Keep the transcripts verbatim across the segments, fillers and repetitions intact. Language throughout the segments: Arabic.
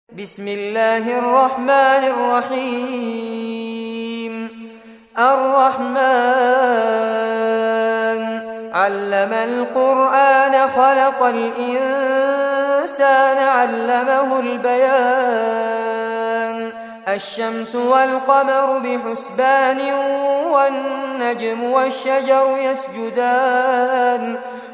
بسم الله الرحمن الرحيم الرحمن علم القرآن خلق الإنسان علمه البيان الشمس والقمر بحسبان والنجم والشجر يسجدان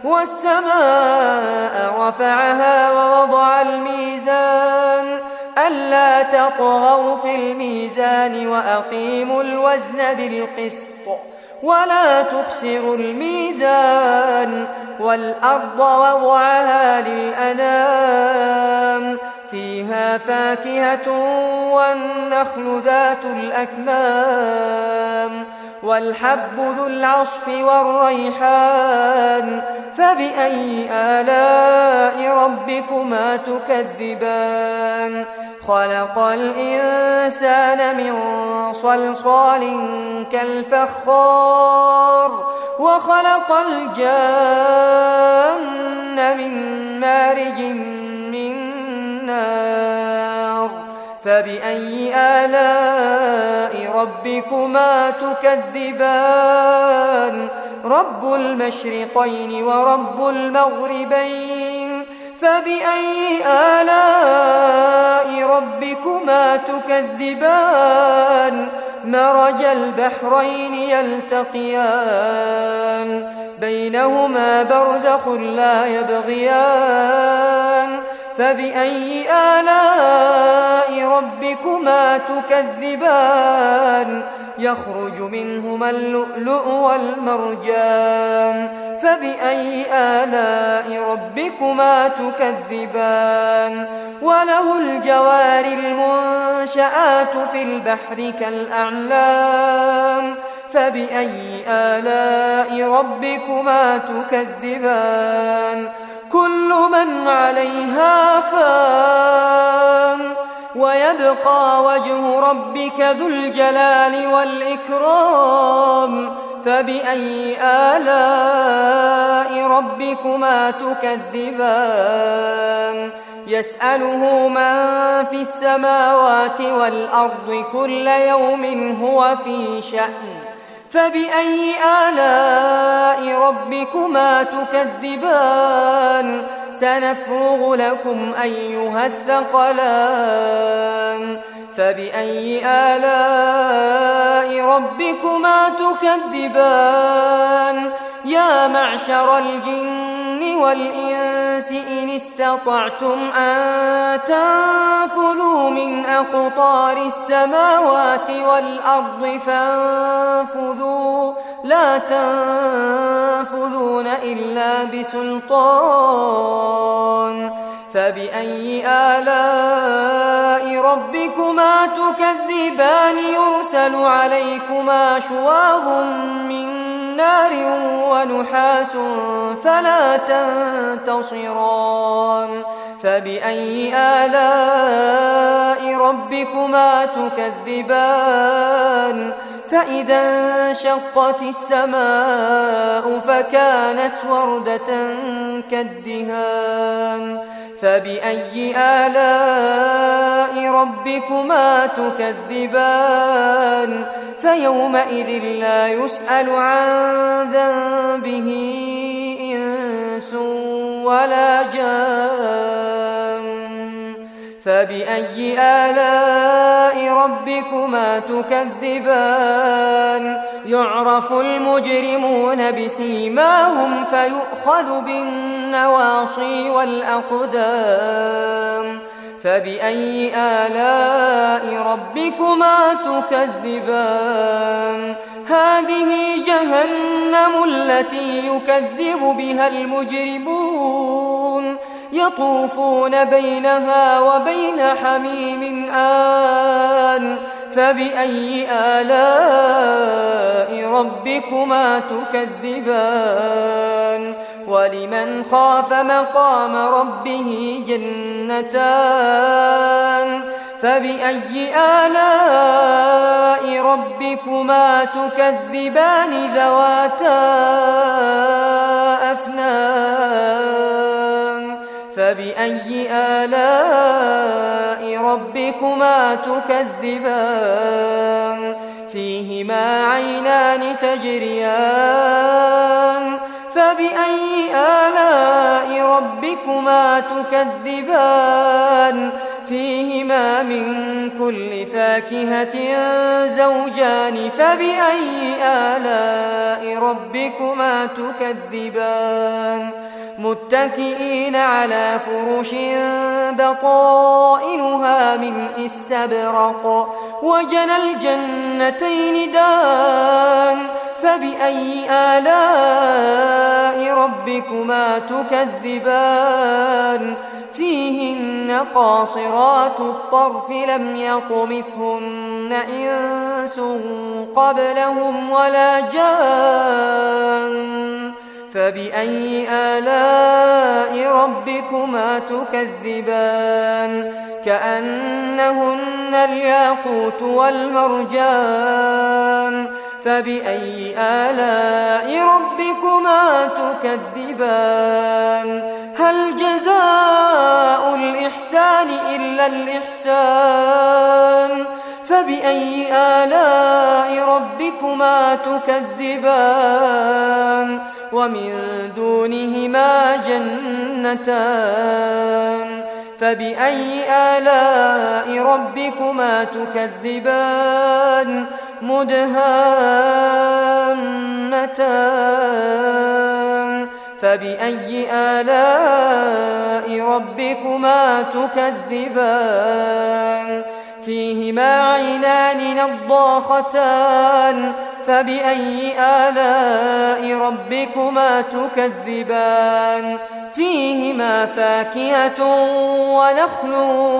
والسماء رفعها ووضع الميزان ألا تطغوا في الميزان وأقيموا الوزن بالقسط ولا تخسروا الميزان والأرض وضعها للأنام فيها فاكهة والنخل ذات الأكمام والحب ذو العصف والريحان فبأي آلاء ربكما تكذبان خلق الإنسان من صلصال كالفخار وخلق الجان من مارج من نار فبأي آلاء ربكما تكذبان رب المشرقين ورب المغربين فبأي آلاء ربكما تكذبان مرج البحرين يلتقيان بينهما برزخ لا يبغيان فبأي آلاء ربكما تكذبان يخرج منهما اللؤلؤ والمرجان فبأي آلاء ربكما تكذبان وله الجوار المنشآت في البحر كالأعلام فبأي آلاء ربكما تكذبان كل من عليها فان ويبقى وجه ربك ذو الجلال والإكرام فبأي آلاء ربكما تكذبان يسأله من في السماوات والأرض كل يوم هو في شأن فبأي آلاء ربكما تكذبان سنفرغ لكم أيها الثقلان فبأي آلاء ربكما تكذبان يا معشر الجن والإنس إن استطعتم أن تنفذوا من أقطار السماوات والأرض فانفذوا لا تنفذون إلا بسلطان فبأي آلاء ربكما تكذبان يرسل عليكما شواظ من نار ونحاس فلا تنتصران فبأي آلاء ربكما تكذبان فإذا انشقت السماء فكانت وردة كالدهان فبأي آلاء ربكما تكذبان فيومئذ لا يسأل عن ذنبه إنس ولا جان فبأي آلاء ربكما تكذبان يعرف المجرمون بسيماهم فيؤخذ بالنواصي والأقدام فبأي آلاء ربكما تكذبان هذه جهنم التي يكذب بها المجرمون يطوفون بينها وبين حميم آن فبأي آلاء ربكما تكذبان ولمن خاف مقام ربه جنتان فبأي آلاء ربكما تكذبان ذواتا أفنان فبأي آلاء ربكما تكذبان فيهما عينان تجريان فبأي آلاء ربكما تكذبان فيهما من كل فاكهة زوجان فبأي آلاء ربكما تكذبان متكئين على فرش بطائنها من استبرق وجنى الجنتين دان فبأي آلاء ربكما تكذبان فيهن قاصرات الطرف لم يطمثهن إنس قبلهم ولا جان فبأي آلاء ربكما تكذبان كأنهن الياقوت والمرجان فبأي آلاء ربكما تكذبان هل جزاء الإحسان إلا الإحسان فبأي آلاء ربكما تكذبان ومن دونهما جنتان فبأي آلاء ربكما تكذبان مدهامتان فبأي آلاء ربكما تكذبان فيهما عينان نضاختان فبأي آلاء ربكما تكذبان فيهما فاكهة ونخل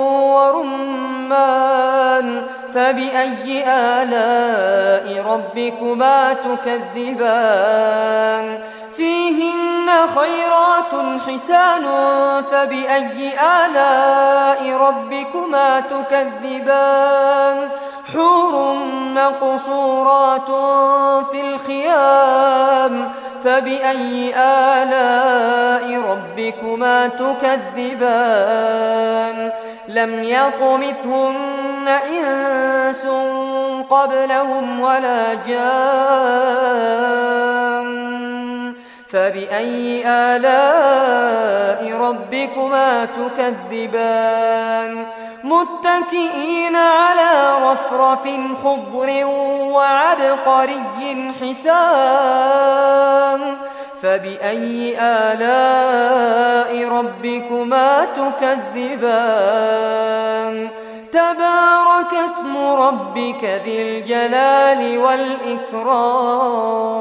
ورمان فبأي آلاء ربكما تكذبان فيهن خيرات حسان فبأي آلاء ربكما تكذبان حور مقصورات في الخيام فبأي آلاء ربكما تكذبان لم يطمثهن إنس قبلهم ولا جان فبأي آلاء ربكما تكذبان متكئين على رفرف خضر وعبقري حسان فبأي آلاء ربكما تكذبان تبارك اسم ربك ذي الجلال والإكرام